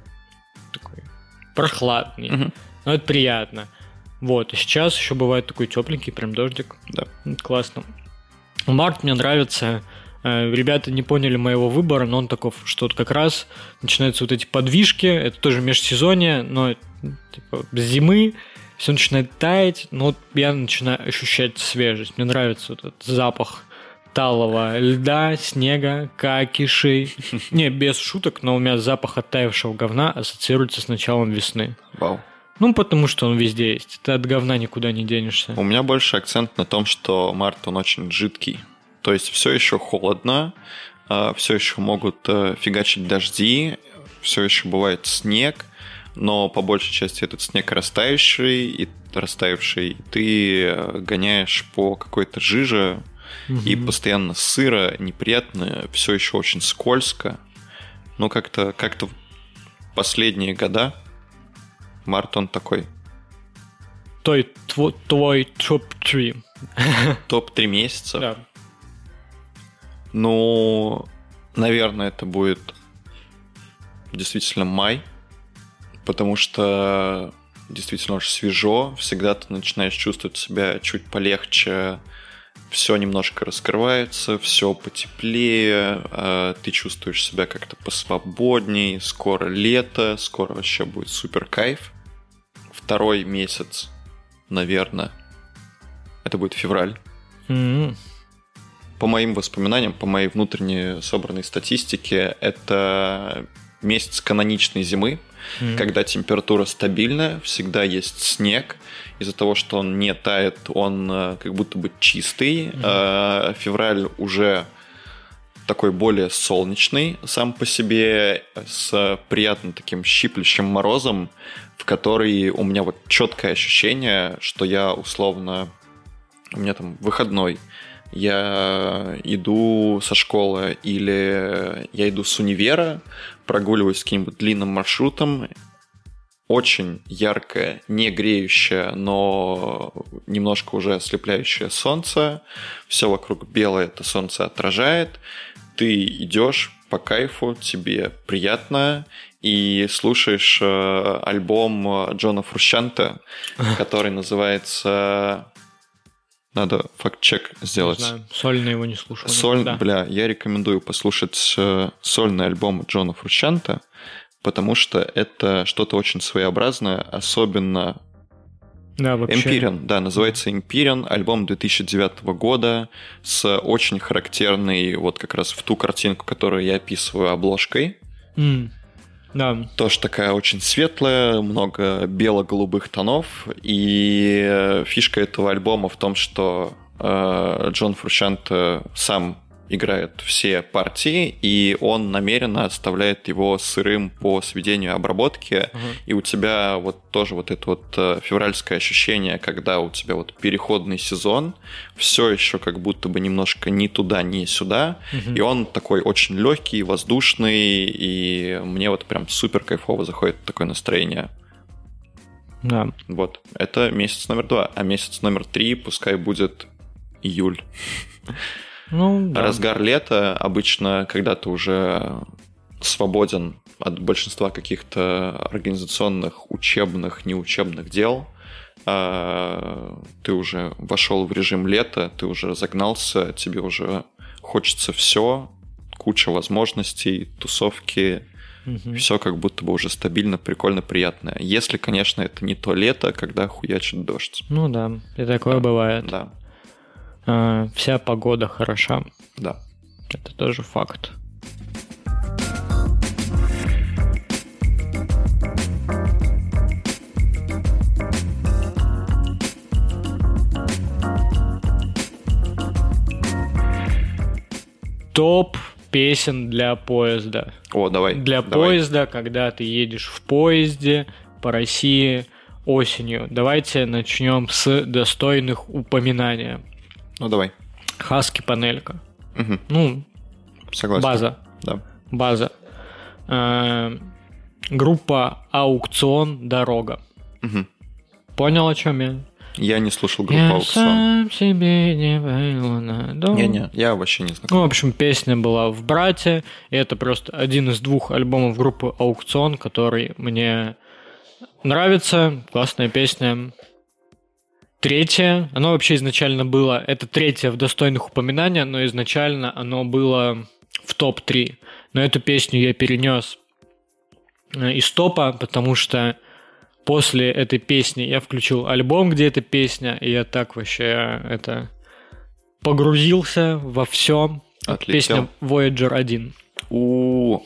прохладный. Но это приятно. Вот, и сейчас еще бывает такой тепленький прям дождик. Да. Классно. Март мне нравится. Ребята не поняли моего выбора, но он таков, что как раз начинаются вот эти подвижки, это тоже межсезонье, но с зимы все начинает таять, но я начинаю ощущать свежесть. Мне нравится этот запах талого льда, снега, какишей. Не, без шуток, но у меня запах оттаившего говна ассоциируется с началом весны. Вау. Потому что он везде есть. Ты от говна никуда не денешься. У меня больше акцент на том, что март, он очень жидкий. То есть все еще холодно, все еще могут фигачить дожди, все еще бывает снег, но по большей части этот снег растаявший, ты гоняешь по какой-то жиже, и постоянно сыро, неприятно, все еще очень скользко. Но как-то последние года март он такой. Твой топ-3. Топ-3 месяца? Да. Наверное, это будет действительно май, потому что действительно очень свежо, всегда ты начинаешь чувствовать себя чуть полегче, все немножко раскрывается, все потеплее, ты чувствуешь себя как-то посвободней, скоро лето, скоро вообще будет супер кайф. Второй месяц, наверное, это будет февраль. Mm-hmm. По моим воспоминаниям, по моей внутренней собранной статистике, это месяц каноничной зимы, когда температура стабильная, всегда есть снег. Из-за того, что он не тает, он как будто бы чистый. Февраль уже такой более солнечный сам по себе, с приятным таким щиплющим морозом, в который у меня вот четкое ощущение, что я условно... У меня там выходной, я иду со школы или я иду с универа, прогуливаюсь каким-нибудь длинным маршрутом, очень яркое, не греющее, но немножко уже ослепляющее солнце, все вокруг белое, это солнце отражает, ты идешь по кайфу, тебе приятно, и слушаешь альбом Джона Фрусчанте, который называется... Надо факт-чек сделать. Не знаю, сольно его не слушал. Да. Бля, я рекомендую послушать сольный альбом Джона Фрусчанте, потому что это что-то очень своеобразное, особенно... Да, вообще. Empyrean, да, называется Empyrean, альбом 2009 года с очень характерной, вот как раз в ту картинку, которую я описываю, обложкой. Да. Тоже такая очень светлая, много бело-голубых тонов. И фишка этого альбома в том, что Джон Фрусчанте сам играет все партии, и он намеренно оставляет его сырым по сведению обработки. И у тебя вот тоже вот это вот февральское ощущение, когда у тебя вот переходный сезон, все еще как будто бы немножко ни туда, ни сюда. И он такой очень легкий, воздушный, и мне вот прям супер кайфово заходит такое настроение. Да. Вот, это месяц номер 2. А месяц номер 3 пускай будет июль. Ну, да. Разгар лета обычно, когда ты уже свободен от большинства каких-то организационных, учебных, неучебных дел, ты уже вошел в режим лета, ты уже разогнался, тебе уже хочется все, куча возможностей, тусовки, все как будто бы уже стабильно, прикольно, приятно. Если, конечно, это не то лето, когда хуячит дождь. Ну да, и такое бывает. Да. Вся погода хороша. Да. Это тоже факт. Топ песен для поезда. О, давай. Для поезда, когда ты едешь в поезде по России осенью. Давайте начнем с достойных упоминания. Ну, давай. Хаски панелька. Угу. Ну, согласен. База. Да. База. Группа Аукцион Дорога. Угу. Понял, о чем я? Я не слушал группу Аукцион. Сам себе не было надо. Не-не, я вообще не знаю. Ну, в общем, песня была в «Брате», и это просто один из 2 альбомов группы Аукцион, который мне нравится. Классная песня. 3, оно вообще изначально было, это 3 в достойных упоминаний, но изначально оно было в топ-3. Но эту песню я перенес из топа, потому что после этой песни я включил альбом, где эта песня, и я так вообще погрузился во все. Песня Voyager 1. У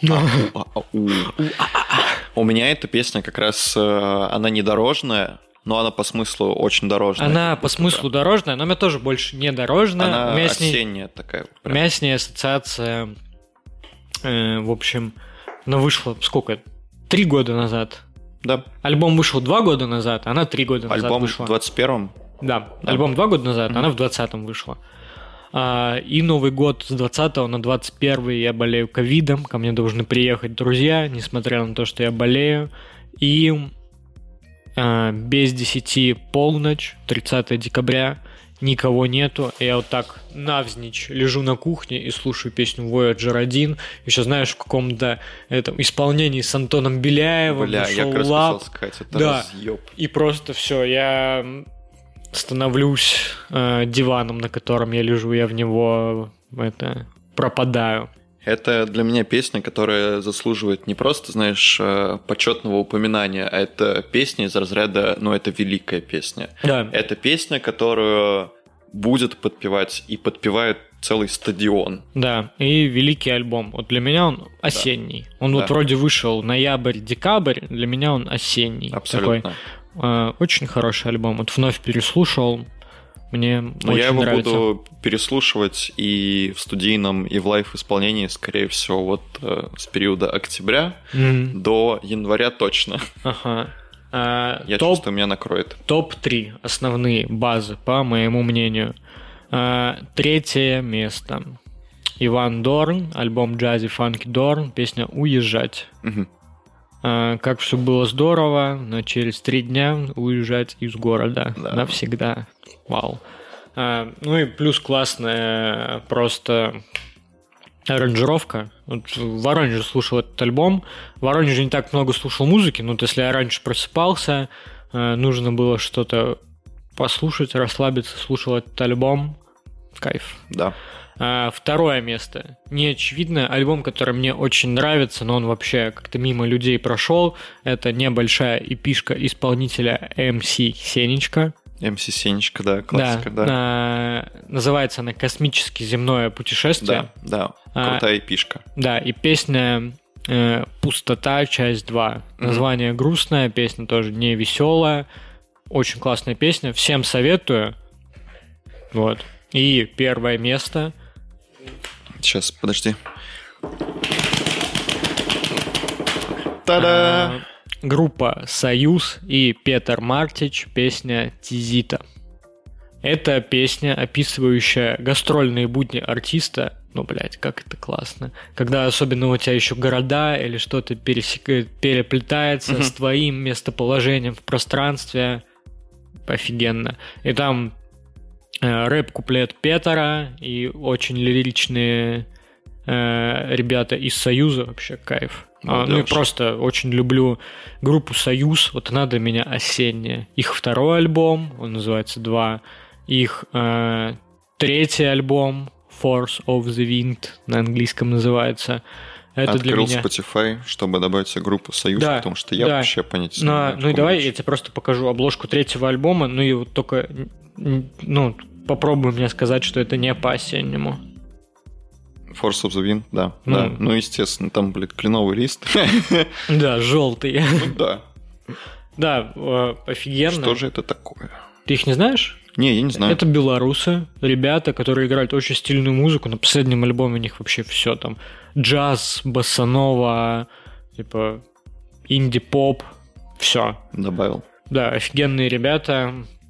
меня эта песня как раз, она не дорожная, но она по смыслу очень дорожная. Она по смыслу дорожная, но у меня тоже больше не дорожная. Она осенняя такая. У меня с ней ассоциация, в общем, она вышла, сколько? 3 года назад. Да. Альбом вышел 2 года назад, она 3 года назад вышла. Альбом в 21-м? Да, альбом 2 года назад, она в 20-м вышла. И Новый год с 20 на 21 я болею ковидом, ко мне должны приехать друзья, несмотря на то, что я болею. И без 10 полночь, 30 декабря, никого нету, и я вот так навзничь лежу на кухне и слушаю песню Voyager 1, еще, знаешь, в каком-то этом исполнении с Антоном Беляевым. Бля, я как раз хотел сказать, это разъеб. И просто все, я становлюсь диваном, на котором я лежу, я в него пропадаю. Это для меня песня, которая заслуживает не просто, знаешь, почетного упоминания, а это песня из разряда, это великая песня. Да. Это песня, которую будет подпевать и подпевает целый стадион. Да, и великий альбом. Вот для меня он осенний. Да. Он вот вроде вышел ноябрь-декабрь, для меня он осенний. Абсолютно. Такой, очень хороший альбом. Вот вновь переслушал. Мне очень я его нравится. Буду переслушивать и в студийном, и в лайв-исполнении, скорее всего, вот с периода октября до января точно. Ага. Я чувствую, меня накроет. Топ-3 основные базы, по моему мнению. 3 место. Иван Дорн, альбом Jazzy Funky Dorn, песня «Уезжать». Угу. Как все было здорово, но через 3 дня уезжать из города навсегда. Вау. И плюс классная просто аранжировка. Вот в Воронеже слушал этот альбом. В Воронеже не так много слушал музыки, но вот если я раньше просыпался, нужно было что-то послушать, расслабиться, слушал этот альбом. Кайф. Да. 2 место. Неочевидно. Альбом, который мне очень нравится, но он вообще как-то мимо людей прошел. Это небольшая эпишка исполнителя MC Сенечка. MC Сенечка, да, классика, да. Называется она «Космическое земное путешествие». Да, крутая эпишка. Да, и песня «Пустота. Часть 2». Название грустное, песня тоже не веселая. Очень классная песня. Всем советую. Вот. И 1 место. Сейчас, подожди. Та-да! Группа «Союз» и Петр Мартич, песня «Тизита». Это песня, описывающая гастрольные будни артиста. Как это классно. Когда особенно у тебя еще города или что-то переплетается с твоим местоположением в пространстве. Офигенно. И там рэп-куплет Петра и очень лиричные ребята из «Союза». Вообще кайф. И просто очень люблю группу «Союз». Вот она для меня осенняя. Их 2 альбом, он называется «2». Их 3 альбом «Force of the Wind» на английском называется. Это открыл для меня... Spotify, чтобы добавить себе группу «Союз», потому что я вообще понять не знаю. И давай я тебе просто покажу обложку 3-го альбома, и вот только попробуй мне сказать, что это не по-осеннему. Force of the Wind, да. Естественно, там, кленовый лист. Да, желтый. Да. Да, офигенно. Что же это такое? Ты их не знаешь? Не, я не знаю. Это белорусы, ребята, которые играют очень стильную музыку. На последнем альбоме у них вообще все там. Джаз, боссанова, инди-поп, все. Добавил. Да, офигенные ребята.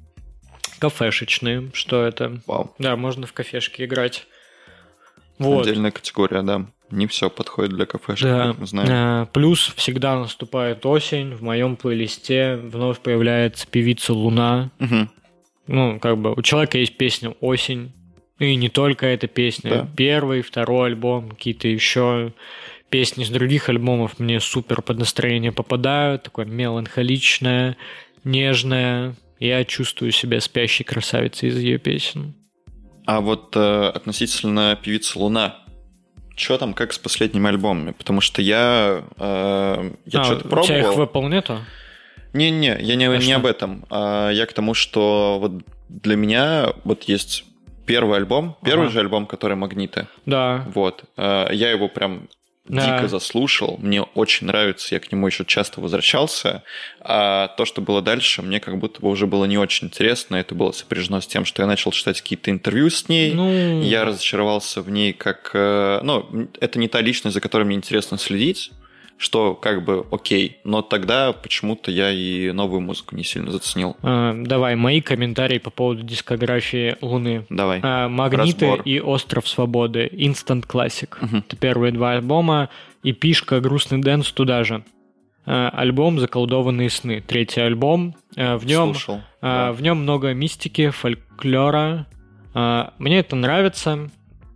Кафешечные, что это. Вау. Да, можно в кафешке играть. Вот. Отдельная категория, да. Не все подходит для кафешек, как мы знаем. Плюс всегда наступает осень. В моем плейлисте вновь появляется певица Луна. Угу. У человека есть песня «Осень». И не только эта песня. Да. 1-й, 2-й альбом, какие-то еще песни с других альбомов мне супер под настроение попадают. Такое меланхоличное, нежное. Я чувствую себя спящей красавицей из ее песен. А вот относительно певицы Луна, что там, как с последними альбомами? Потому что я что-то пробовал. У тебя их в Apple нету? Не-не, я не об этом. Я к тому, что вот для меня вот есть первый альбом, первый же альбом, который «Магниты». Да. Вот. Я его прям дико заслушал, мне очень нравится, я к нему еще часто возвращался, а то, что было дальше, мне как будто бы уже было не очень интересно, это было сопряжено с тем, что я начал читать какие-то интервью с ней, я разочаровался в ней как... это не та личность, за которой мне интересно следить, что окей, но тогда почему-то я и новую музыку не сильно заценил. Давай, мои комментарии по поводу дискографии Луны. Давай. «Магниты» Разбор. и «Остров свободы». Instant Classic. Угу. Это первые 2 альбома. И пишка «Грустный дэнс» туда же. альбом «Заколдованные сны». 3-й альбом. В нем много мистики, фольклора. Мне это нравится.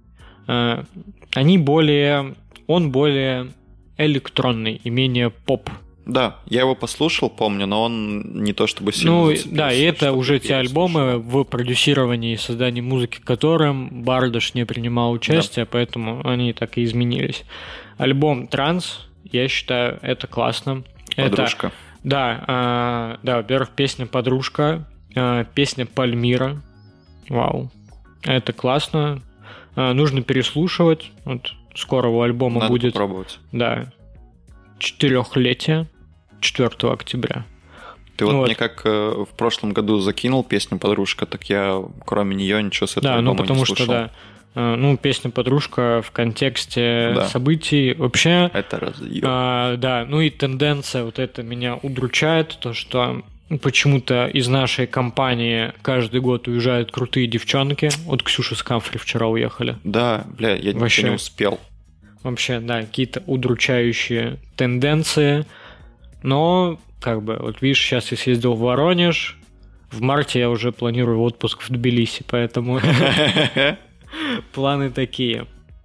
Он более электронный и менее поп. Да, я его послушал, помню, но он не то чтобы сильно зацепился. Да, и это уже те альбомы, в продюсировании и создании музыки к которым Бардаш не принимал участие, поэтому они так и изменились. Альбом «Транс», я считаю, это классно. «Подружка». Во-первых, песня «Подружка», песня «Пальмира». Вау, это классно. Нужно переслушивать. Вот скоро у альбома Надо будет... попробовать. Да, 4-летие 4 октября. Ты вот мне как в прошлом году закинул песню «Подружка», так я кроме нее ничего с этого альбома не слушал. Да, потому что, песня «Подружка» в контексте событий вообще... Это разъем. Да, и тенденция вот это меня удручает, то, что почему-то из нашей компании каждый год уезжают крутые девчонки. Вот Ксюша с Камфри вчера уехали. Да, я вообще не успел. Вообще, да, какие-то удручающие тенденции. Но, вот видишь, сейчас я съездил в Воронеж. В марте я уже планирую отпуск в Тбилиси, поэтому планы такие.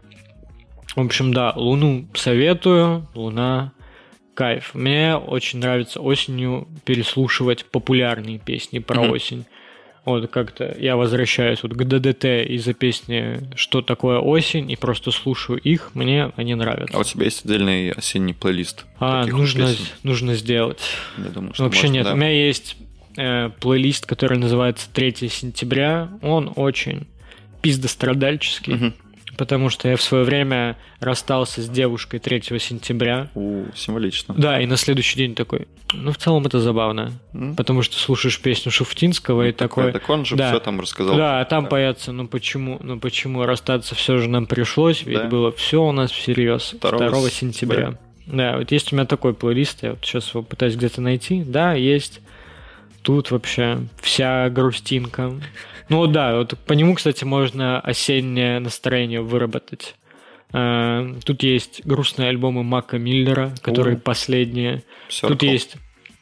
В общем, да, «Луну» советую. «Луна» — кайф. Мне очень нравится осенью переслушивать популярные песни про осень. Вот как-то я возвращаюсь к ДДТ из-за песни «Что такое осень» и просто слушаю их, мне они нравятся. А у тебя есть отдельный осенний плейлист? Нужно сделать. Я думаю, что вообще можно, нет, да. у меня есть плейлист, который называется «3 сентября». Он очень пиздострадальческий, потому что я в свое время расстался с девушкой 3 сентября. Символично. Да, и на следующий день такой... в целом это забавно, потому что слушаешь песню Шуфутинского и такой... Так он же все там рассказал. Да, а там поется, почему расстаться все же нам пришлось, ведь было все у нас всерьез 2 сентября. Да, вот есть у меня такой плейлист, я вот сейчас его пытаюсь где-то найти. Да, есть. Тут вообще вся грустинка. Вот по нему, кстати, можно осеннее настроение выработать. Тут есть грустные альбомы Мака Миллера, которые последние. Тут есть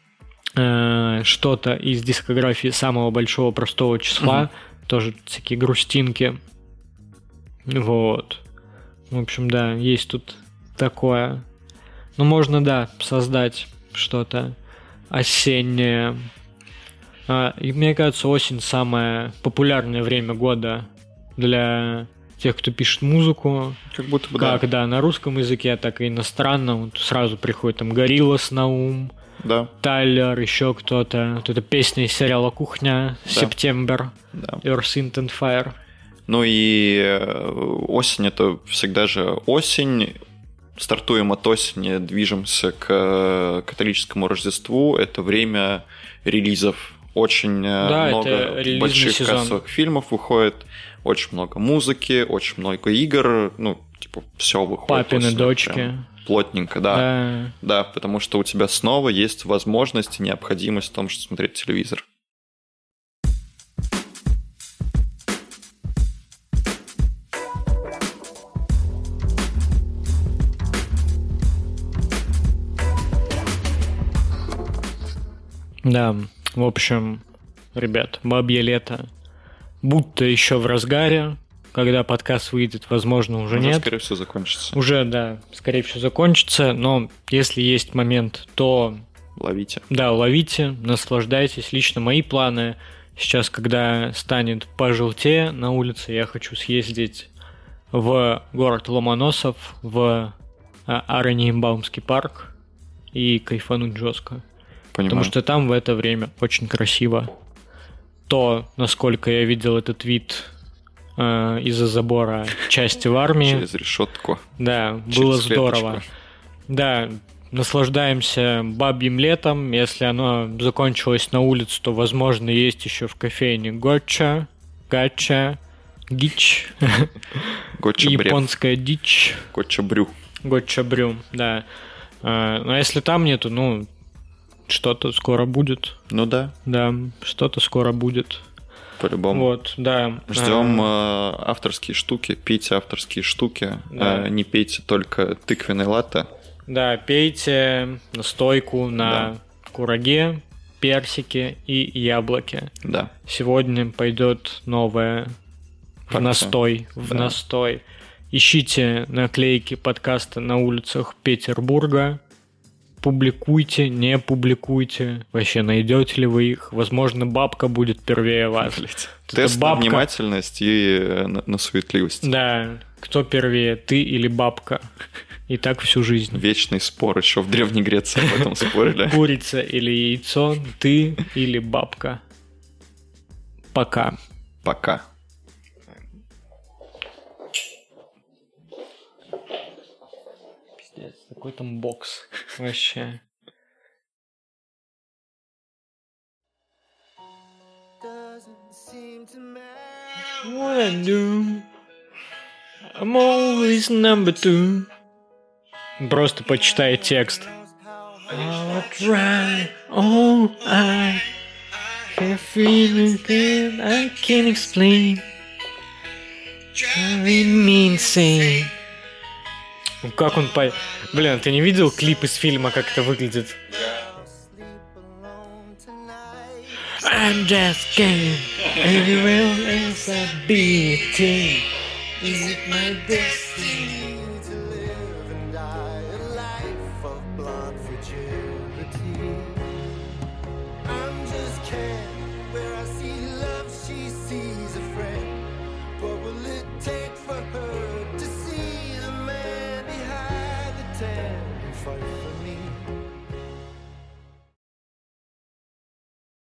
что-то из дискографии самого большого простого числа, тоже всякие грустинки. Вот. В общем, да, есть тут такое. Можно, создать что-то осеннее. И мне кажется, осень самое популярное время года для тех, кто пишет музыку. Как будто бы как на русском языке, так и иностранном. Вот сразу приходит там Гориллас на ум, Тайлер, еще кто-то. Вот эта песня из сериала «Кухня», «Септембр», «Earth, Wind and Fire». И осень — это всегда же осень. Стартуем от осени, движемся к католическому Рождеству. Это время релизов. Очень много больших кассовых фильмов выходит, очень много музыки, очень много игр, все выходит. Папины дочки. Плотненько, да. Да, потому что у тебя снова есть возможность и необходимость в том, чтобы смотреть телевизор. Да, в общем, ребят, бабье лето будто еще в разгаре. Когда подкаст выйдет, возможно, уже нет. Скорее всего, закончится. Уже, скорее всего, закончится. Но если есть момент, то... Ловите. Да, ловите, наслаждайтесь. Лично мои планы сейчас, когда станет пожелтее на улице, я хочу съездить в город Ломоносов, в Араньенбаумский парк и кайфануть жестко. Понимаю. Потому что там в это время очень красиво. То, насколько я видел этот вид из-за забора части в армии. Через решетку. Да, было здорово. Да, наслаждаемся бабьим летом. Если оно закончилось на улице, то, возможно, есть еще в кофейне гача, гич, японская дичь. Гоча-брю, да. Но если там нету, что-то скоро будет. Да. Да, что-то скоро будет. По-любому. Вот, да. Ждем авторские штуки, пейте авторские штуки. Да. Не пейте только тыквенный латте. Да, пейте настойку на кураге, персике и яблоке. Да. Сегодня пойдет новое в настой. В настой. Ищите наклейки подкаста на улицах Петербурга. Публикуйте, не публикуйте. Вообще, найдете ли вы их? Возможно, бабка будет первее вас. Тест на внимательность и на суетливость. Да, кто первее, ты или бабка? И так всю жизнь. Вечный спор, еще в Древней Греции об этом спорили. Курица или яйцо, ты или бабка? Пока. Пока. Пиздец, какой там бокс вообще. What I do, I'm always number two. Просто почитай текст. I'll try, oh, I have feeling that I can't explain. Driving me insane. Как он по... Блин, ты не видел клип из фильма, как это выглядит? I'm just game. Anywhere else I'd be a team. Is it my destiny to live and die a life of blind fragility? I'm just cat where I see love, she sees a friend. What will it take for her to see the man behind the tent and fight for